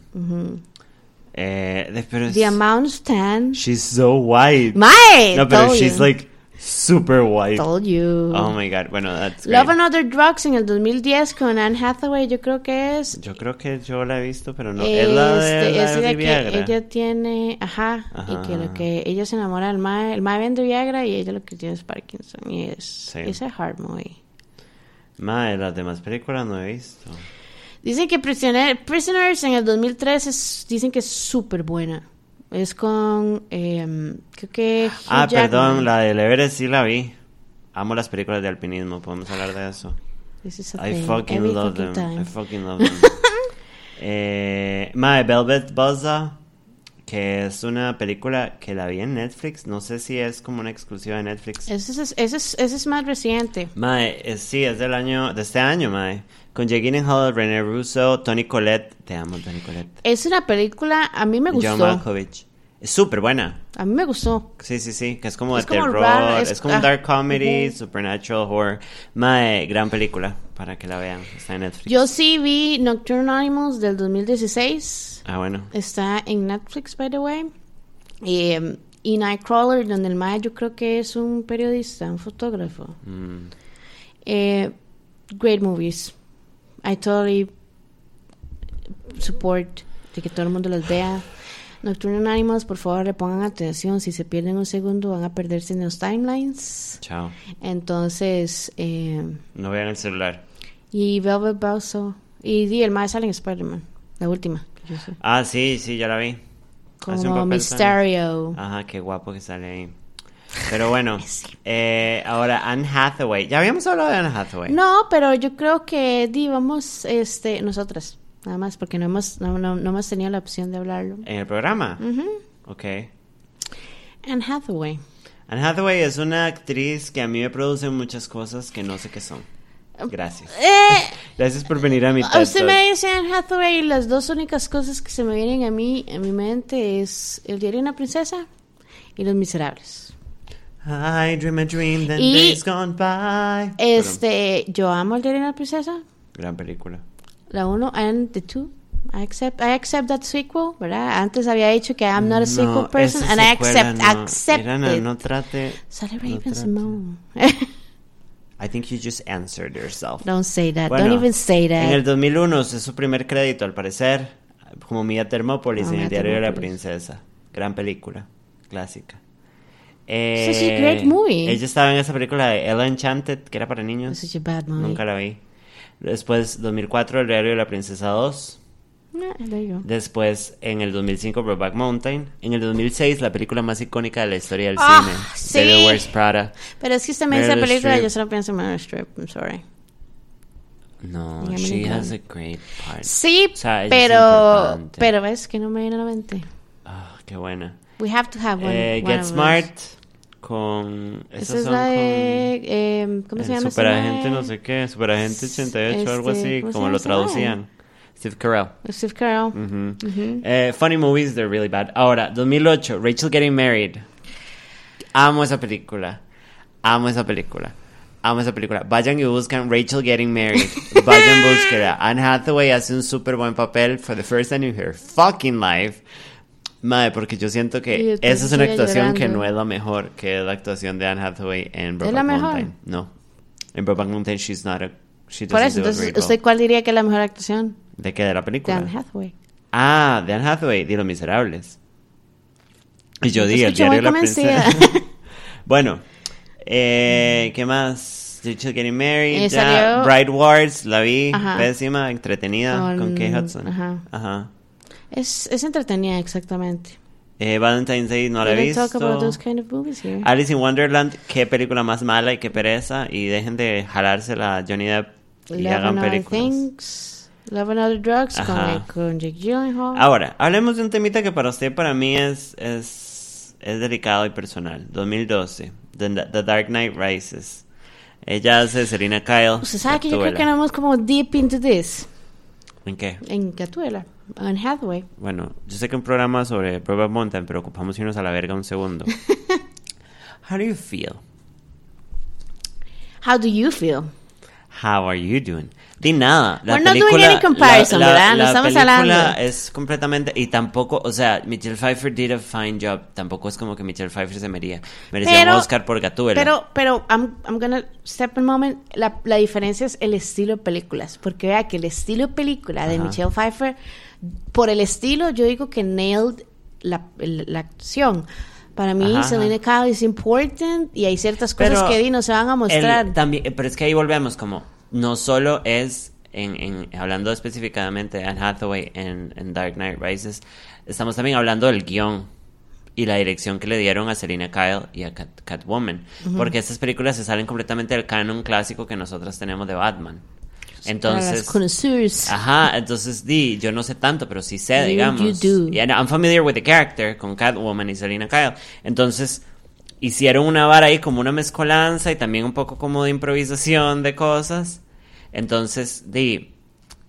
The amount of tan. She's so white. No, pero she's like super white. Told you. Oh my god. Bueno, that's Love great. and Other Drugs en el 2010 con Anne Hathaway, yo creo que es. Yo creo que yo la he visto, pero no. Es la de Viagra. Que ella tiene, y que lo que ella se enamora del mae, el mae vende Viagra y ella lo que tiene es Parkinson y es a hard movie. Mae, las demás películas no he visto. Dicen que Prisoners en el 2003 dicen que es súper buena. Es con creo que Hugh Jackman. Perdón, la del Everest sí la vi. Amo las películas de alpinismo, podemos hablar de eso. I fucking love them. I fucking love them. My Velvet Buzzsaw, que es una película que la vi en Netflix. No sé si es como una exclusiva de Netflix. Ese es más reciente. Sí, es de este año, mae. Con Jake Gyllenhaal, René Russo, Toni Collette. Te amo, Toni Collette. Es una película, a mí me gustó. John Malkovich. Es súper buena. A mí me gustó. Sí, que es como de terror, raro, es como un dark comedy, supernatural horror. Gran película, para que la vean, está en Netflix. Yo sí vi Nocturnal Animals del 2016. Ah, bueno. Está en Netflix, by the way. Y Nightcrawler, donde el mae yo creo que es un periodista, un fotógrafo. Great movies. I totally support de que todo el mundo las vea. Nocturnal Animals, por favor, le pongan atención. Si se pierden un segundo, van a perderse en los timelines. Chao. Entonces, no vean el celular. Y Velvet Buzzsaw. Y el mae sale en Spider-Man, la última. Que yo sé. Ah, sí, ya la vi. Como Mysterio. Ajá, qué guapo que sale ahí. Pero bueno, ahora Anne Hathaway. ¿Ya habíamos hablado de Anne Hathaway? No, pero yo creo que vamos nosotras. Nada más, porque no hemos tenido la opción de hablarlo. ¿En el programa? Ok. Anne Hathaway. Anne Hathaway es una actriz que a mí me produce muchas cosas que no sé qué son. Gracias. Gracias por venir a mi TED Usted me dice Anne Hathaway y las dos únicas cosas que se me vienen a mi mente es El diario de una princesa y Los Miserables. I dream a dream, then days gone by. Yo amo El diario de una princesa. Gran película. La 1 and the 2. I accept that sequel, ¿verdad? Antes había dicho que I'm not a sequel person, and I accept Irana, it. No trate. Sale Raven-Symoné. I think you just answered yourself. Don't say that. Bueno, don't even say that. En el 2001 es su primer crédito, al parecer, como Mia Thermopolis en El diario de la princesa. Gran película, clásica. Such a great movie. Ella estaba en esa película de Ella Enchanted, que era para niños. Such a bad movie. Nunca la vi. Después, 2004, El diario de la princesa 2. Después, en el 2005, Brokeback Mountain. En el 2006, la película más icónica de la historia del cine, sí. Devil Wears Prada. Pero es que usted me dice película, yo solo pienso en Meryl Streep. I'm sorry. No, she has a great part. Sí, o sea, pero ves que no me viene a la mente. Qué buena. We have to have one. Get Smart con... Esa es la de... ¿cómo se llama? Superagente no sé qué, Superagente 88 algo así, como lo traducían. Steve Carell. Funny movies, they're really bad. Ahora, 2008, Rachel Getting Married. Amo esa película. Vayan y buscan Rachel Getting Married. Vayan, búsquela. Anne Hathaway hace un súper buen papel for the first time in her fucking life. Madre, porque yo siento que esa es una actuación que no es la mejor que la actuación de Anne Hathaway en Brokeback Mountain. No. En Brokeback Mountain she doesn't Por eso, entonces, ¿usted cuál diría que es la mejor actuación? ¿De qué? ¿De la película? De Anne Hathaway. De Anne Hathaway, de Los Miserables. Y yo di El diario de la princesa. Bueno, ¿qué más? Rachel Getting Married, Bride Wars, la vi, pésima, entretenida, con Kate Hudson. Ajá. Es entretenida, exactamente. Valentine's Day no la he visto. Talk about those kind of movies here. Alice in Wonderland, qué película más mala y qué pereza. Y dejen de jalársela a Johnny Depp y hagan películas. Love and Other Drugs con Jake Gyllenhaal. Ahora, hablemos de un temita que para usted, para mí es delicado y personal. 2012, The Dark Knight Rises. Ella hace Selina Kyle. Usted sabe que yo creo que andamos como deep into this. ¿En qué? En Gattuela, en Hathaway. Bueno, yo sé que un programa sobre Brokeback Mountain, pero ocupamos irnos a la verga un segundo. How do you feel? How do you feel? How are you doing? Di nada. We're not doing any comparison, ¿verdad? No estamos hablando. La película es completamente... Y tampoco... O sea, Michelle Pfeiffer did a fine job. Tampoco es como que Michelle Pfeiffer se merecía un Oscar por Gatúbela. Pero I'm gonna step a moment. La diferencia es el estilo de películas. Porque vea que el estilo de película de Michelle Pfeiffer... Por el estilo, yo digo que nailed la acción. Para mí, Selina Kyle es important. Y hay ciertas cosas que no se van a mostrar. También, pero es que ahí volvemos como... No solo es, hablando específicamente de Anne Hathaway en Dark Knight Rises, estamos también hablando del guión y la dirección que le dieron a Selina Kyle y a Catwoman. Porque estas películas se salen completamente del canon clásico que nosotros tenemos de Batman. Entonces, entonces yo no sé tanto, pero sí sé, digamos. Yeah, I'm familiar with the character con Catwoman y Selina Kyle. Entonces... Hicieron una vara ahí como una mezcolanza y también un poco como de improvisación de cosas. Entonces, I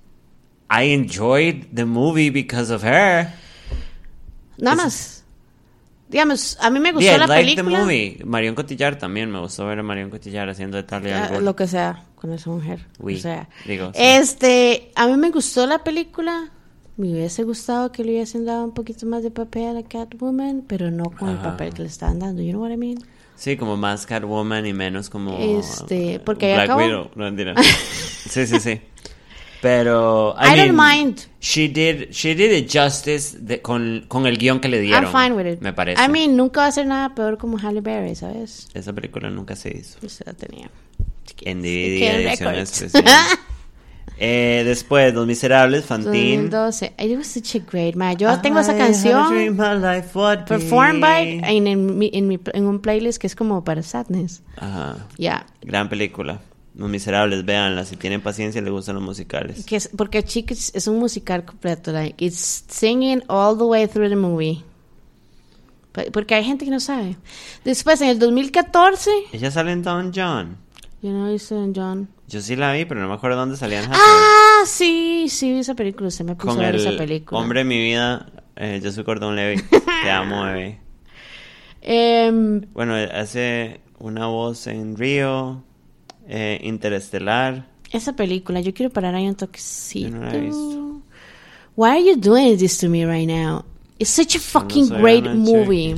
enjoyed the movie because of her. Nada más. digamos, a mí me gustó la película. The movie. Marion Cotillard también, me gustó ver a Marion Cotillard haciendo de Talia al Ghul. Lo que sea, con esa mujer. Oui, o sea, digo, sí. A mí me gustó la película. Me hubiese gustado que le hubiesen dado un poquito más de papel a Catwoman, pero no con el papel que le estaban dando, you know what I mean? Sí, como más Catwoman y menos como porque Black Widow, no mentira. Sí. Pero I don't mind. She did it justice con el guión que le dieron. I'm fine with it. Me parece. I mean, nunca va a ser nada peor como Halle Berry, ¿sabes? Esa película nunca se hizo. Usted la tenía. En DVD edición especial. Después, Los Miserables, Fantine. 2012. It was such a great man. Yo tengo esa canción performed by en un playlist que es como para sadness. Ajá. Yeah. Gran película. Los Miserables, véanla. Si tienen paciencia, les gustan los musicales. Porque Chicas es un musical completo. Like, it's singing all the way through the movie. Porque hay gente que no sabe. Después, en el 2014. Ella sale en Don John. Yo no he visto Don John. Yo sí la vi, pero no me acuerdo dónde salían. Sí, vi esa película. Se me puso a ver esa película. Hombre de mi vida, yo soy Cordón Levi. Te amo, bebé. Bueno, hace una voz en Río, Interestelar. Esa película, yo quiero parar ahí un toquecito. Yo no la he visto. Why are you doing this to me right now? It's such a fucking great movie.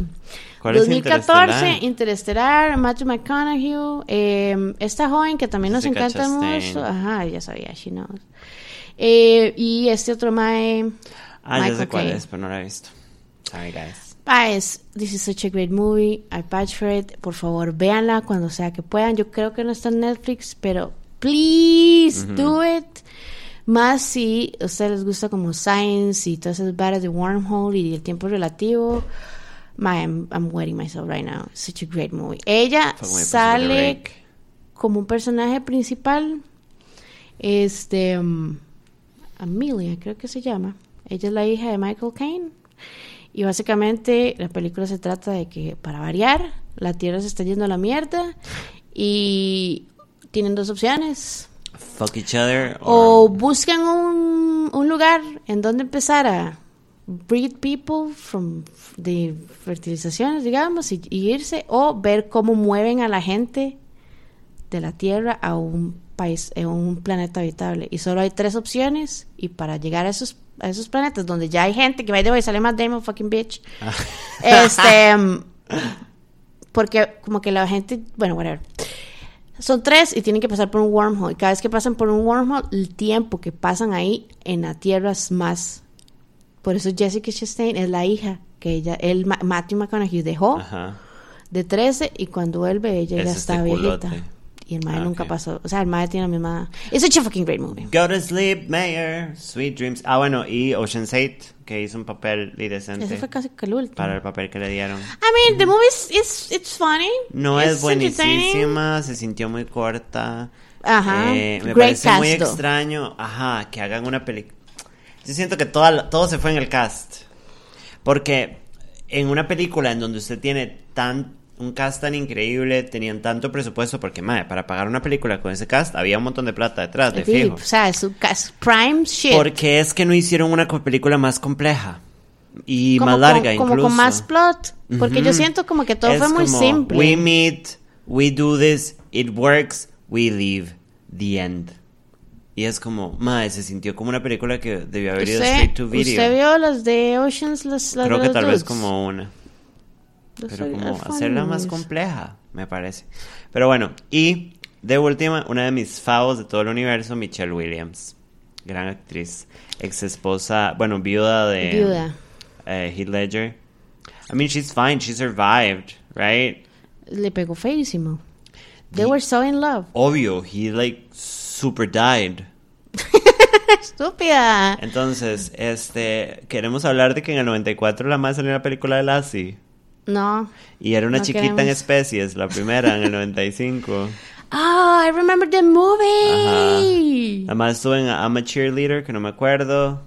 2014, Interestelar, Matthew McConaughey, esta joven que también nos encanta mucho. Ajá, ya sabía, she knows. Y este otro mae. Ya sé cuál es, pero no la he visto. Sorry, guys. This is such a great movie. I patch for it. Por favor, véanla cuando sea que puedan. Yo creo que no está en Netflix, pero please do it. Más si a ustedes les gusta como science y todas esas varas de wormhole y el tiempo relativo. I'm wetting myself right now. Such a great movie. Ella sale como un personaje principal. Amelia, creo que se llama. Ella es la hija de Michael Caine. Y básicamente la película se trata de que, para variar, la Tierra se está yendo a la mierda. Y tienen dos opciones. Fuck each other. O buscan un lugar en donde empezar a breed people de fertilizaciones, digamos, y irse, o ver cómo mueven a la gente de la Tierra a un país, a un planeta habitable. Y solo hay 3 opciones, y para llegar a esos planetas donde ya hay gente, que by the way sale Matt Damon, fucking bitch, porque como que la gente, bueno, whatever, son 3 y tienen que pasar por un wormhole, y cada vez que pasan por un wormhole, el tiempo que pasan ahí en la Tierra es más. Por eso Jessica Chastain es la hija que Matthew McConaughey dejó de 13, y cuando vuelve ella ya está viejita. Y el mae nunca pasó. O sea, el mae tiene la misma. It's such a fucking great movie. Go to sleep, Mayor. Sweet Dreams. Bueno, y Ocean's 8, que hizo un papel decente. Ese fue casi que el último. Para el papel que le dieron. I mean, the movie it's funny. No es buenísima, se sintió muy corta. Ajá. Me parece muy extraño. Que hagan una película. Yo siento que todo se fue en el cast. Porque en una película en donde usted tiene un cast tan increíble, tenían tanto presupuesto, porque para pagar una película con ese cast había un montón de plata detrás, de fijo. O sea, es prime shit. Porque es que no hicieron una película más compleja y más larga, incluso. Como con más plot. Porque yo siento como que todo fue muy simple. We meet, we do this, it works, we leave, the end. Y es como, se sintió como una película que debió haber ido straight to video. ¿Usted vio las de Oceans? Creo que tal vez como una. Pero como hacerla más compleja, me parece. Pero bueno, y de última, una de mis favos de todo el universo, Michelle Williams. Gran actriz. Ex esposa, viuda de Heath Ledger. I mean, she's fine, she survived, right? Le pegó feísimo. They were so in love. Obvio, he super died. Estúpida. Entonces, queremos hablar de que en el 94 la más salió una película de Lassie. No. Y era una chiquita en Especies, la primera, en el 95. I remember the movie. Ajá. Además estuvo en I'm a Cheerleader, que no me acuerdo.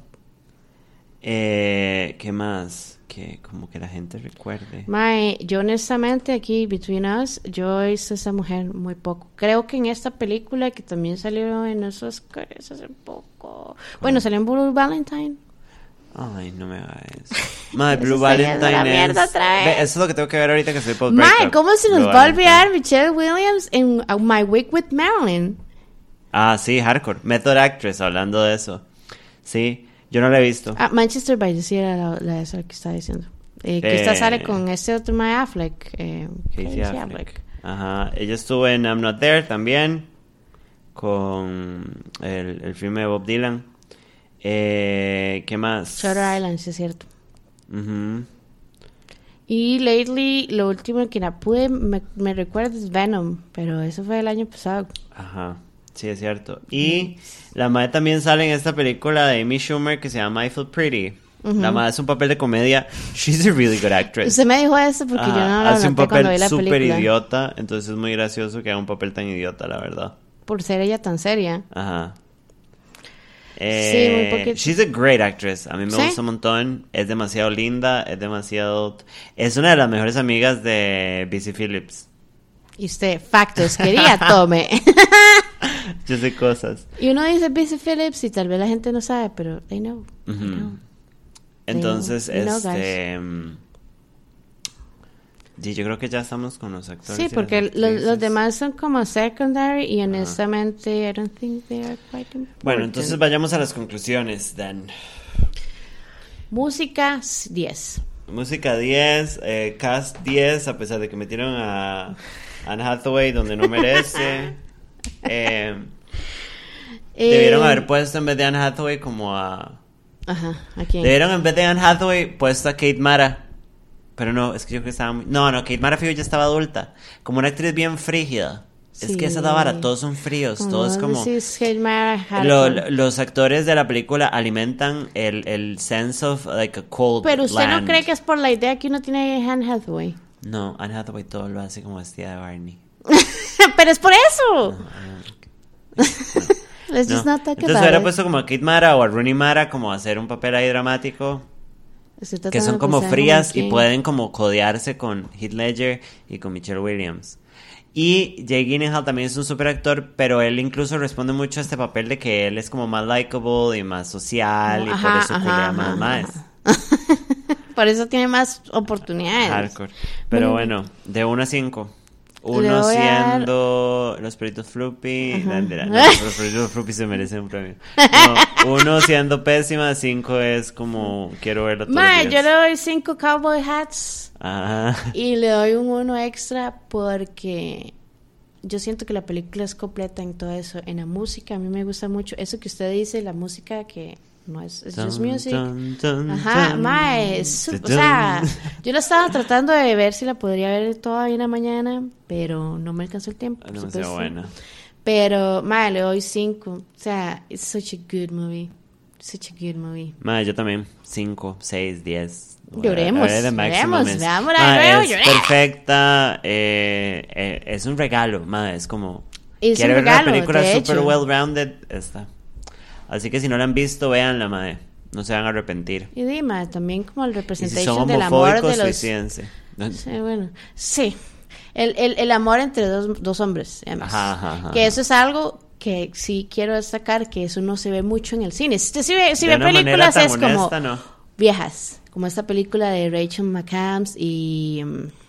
¿Qué más? Que como que la gente recuerde. Yo honestamente aquí, Between Us, yo hice esa mujer muy poco. Creo que en esta película que también salió en esos Oscars hace poco. Bueno, salió en Blue Valentine. Ay, no me hagas eso. Madre, Blue Valentine es... Eso es lo que tengo que ver ahorita que estoy post breakup. Madre, ¿cómo se nos va a olvidar Michelle Williams en My Week with Marilyn? Ah, sí, hardcore. Method Actress, hablando de eso. Sí, yo no la he visto. Manchester by the Sea era la esa que estaba diciendo. Que esta sale con este otro Mike Affleck. Casey Affleck. Ajá, ella estuvo en I'm Not There también. Con el filme de Bob Dylan. ¿Qué más? Shutter Island, sí es cierto. Uh-huh. Y lately, lo último que me recuerdo es Venom, pero eso fue el año pasado. Ajá, sí es cierto. Y la madre también sale en esta película de Amy Schumer que se llama I Feel Pretty. La madre hace un papel de comedia. She's a really good actress. Usted me dijo eso porque yo no lo hace un noté cuando vi la papel película. súper idiota, entonces es muy gracioso que haga un papel tan idiota, la verdad. Por ser ella tan seria. Ajá. Sí, muy poquito. She's a great actress. A mí me gusta un montón. Es demasiado linda. Es una de las mejores amigas de Busy Phillips. Y usted, factos, quería, tome. Yo sé cosas. Y uno dice Busy Phillips y tal vez la gente no sabe, pero they know. Uh-huh. They know. Entonces, they know, yo creo que ya estamos con los actores. Sí, porque los demás son como secondary y honestamente I don't think they are quite important. Bueno, entonces vayamos a las conclusiones, Dan. Música 10. Música 10, cast 10, a pesar de que metieron a Anne Hathaway donde no merece. Debieron haber puesto en vez de Anne Hathaway como a... Ajá, ¿a quién? Debieron en vez de Anne Hathaway puesto a Kate Mara. Pero no, es que yo creo que estaba muy... No, Kate Mara Fijo ya estaba adulta. Como una actriz bien frígida. Sí. Es que esa da vara, todos son fríos, todo es como... Los actores de la película alimentan el sense of like a cold Pero usted land. ¿No cree que es por la idea que uno tiene de Anne Hathaway? No, Anne Hathaway todo lo hace como vestida de Barney. Pero es por eso. No. Entonces hubiera puesto como a Kate Mara o a Rooney Mara como a hacer un papel ahí dramático. Que son como frías y pueden como codearse con Heath Ledger y con Michelle Williams. Y Jake Gyllenhaal también es un super actor, pero él incluso responde mucho a este papel de que él es como más likable y más social y por eso culea más. Por eso tiene más oportunidades. Hardcore. Pero bueno, de 1 a 5. 1 siendo los Peritos Floopy. Los Peritos Floopy se merecen un premio. 1 siendo pésima, 5 es como quiero verlo todos los días. Yo le doy 5 cowboy hats. Ajá. Y le doy un 1 extra porque yo siento que la película es completa en todo eso. En la música, a mí me gusta mucho eso que usted dice, la música que no es just music. Ajá, mae, o sea, yo la estaba tratando de ver si la podría ver todavía en la mañana, pero no me alcanzó el tiempo. No me sea buena. Pero, mae, le doy 5. O sea, it's such a good movie. Such a good movie. Mae, yo también. 5, 6, 10. Lloremos. Veámosla, es perfecta. Es un regalo, mae. Es como... Quiere ver una película super well-rounded. Esta. Así que si no la han visto, véanla, madre. No se van a arrepentir. Y dime, también como el representation si son del amor de los... suicídense. Sí, bueno. Sí. El amor entre dos hombres, además. Ajá. Que eso es algo que sí quiero destacar, que eso no se ve mucho en el cine. Si ve películas es como viejas. Como esta película de Rachel McAdams y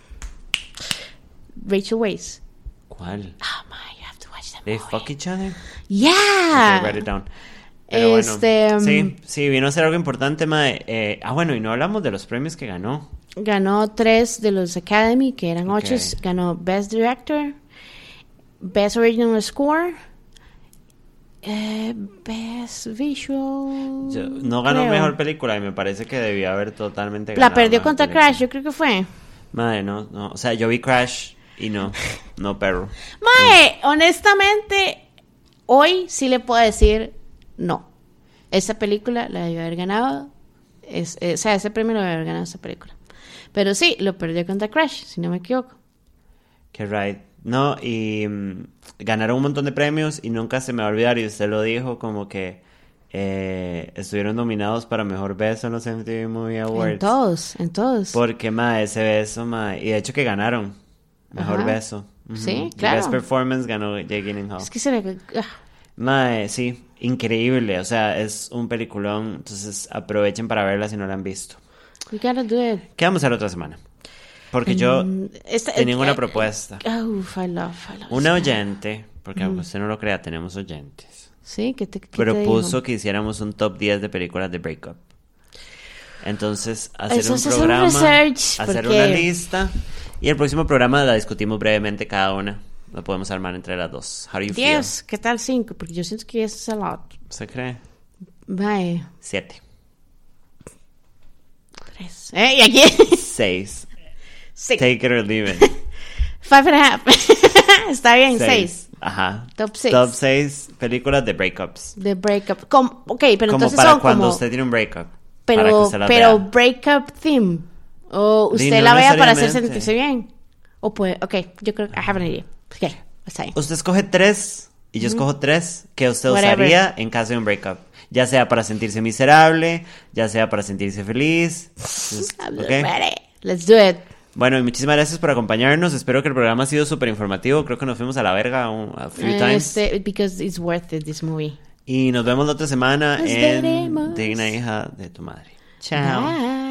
Rachel Weisz. ¿Cuál? Oh my, you have to watch that They movie. fuck each other? Yeah. Okay, write it down. Pero bueno, sí, vino a ser algo importante, mae. Bueno, y no hablamos de los premios que ganó. Ganó 3 de los Academy, que eran 8. Ganó Best Director, Best Original Score, Best Visual. No ganó Mejor Película y me parece que debía haber totalmente ganado. La perdió contra Crash, yo creo que fue. Madre, no. O sea, yo vi Crash y no perro. Mae, honestamente, hoy sí le puedo decir no. Esa película la debió haber ganado. O sea, ese premio lo debió haber ganado esa película. Pero sí, lo perdió contra Crash, si no me equivoco. Qué right. No, y ganaron un montón de premios y nunca se me va a olvidar, y usted lo dijo, como que estuvieron nominados para Mejor Beso en los MTV Movie Awards. En todos. Porque, ese beso, y de hecho que ganaron Mejor Beso. Sí, claro. Best Performance ganó Jake Gyllenhaal. Es que se le... sí. increíble, o sea, es un peliculón, entonces aprovechen para verla si no la han visto. We gotta do it. ¿Qué vamos a hacer otra semana? Porque yo tenía una propuesta. I love una oyente, porque aunque usted no lo crea, tenemos oyentes. Sí, ¿qué propuso que hiciéramos un top 10 de películas de breakup. Entonces, hacer un programa, hacer una lista, y el próximo programa la discutimos brevemente cada una. Lo podemos armar entre las dos. How do you 10, feel? ¿qué tal 5? Porque yo siento que eso es a lot. ¿Se cree? Bye. 7. 3. ¿Y aquí? 6. Take it or leave it. 5.5. Está bien, 6. Ajá. Top 6. Top 6 películas de breakups. De breakup. Ok, pero como entonces para son cuando como... usted tiene un breakup. Pero breakup theme. O usted la vea para hacer sentirse bien. O puede... Ok, yo creo que I have an idea. Ok, está bien. Usted escoge 3 y yo escojo 3 que usted usaría en caso de un breakup. Ya sea para sentirse miserable, ya sea para sentirse feliz. Okay. Ready. Let's do it. Bueno, y muchísimas gracias por acompañarnos. Espero que el programa ha sido súper informativo. Creo que nos fuimos a la verga a few times. Because it's worth it, this movie. Y nos vemos la otra semana en Digna Hija de tu Madre. Chao. Bye.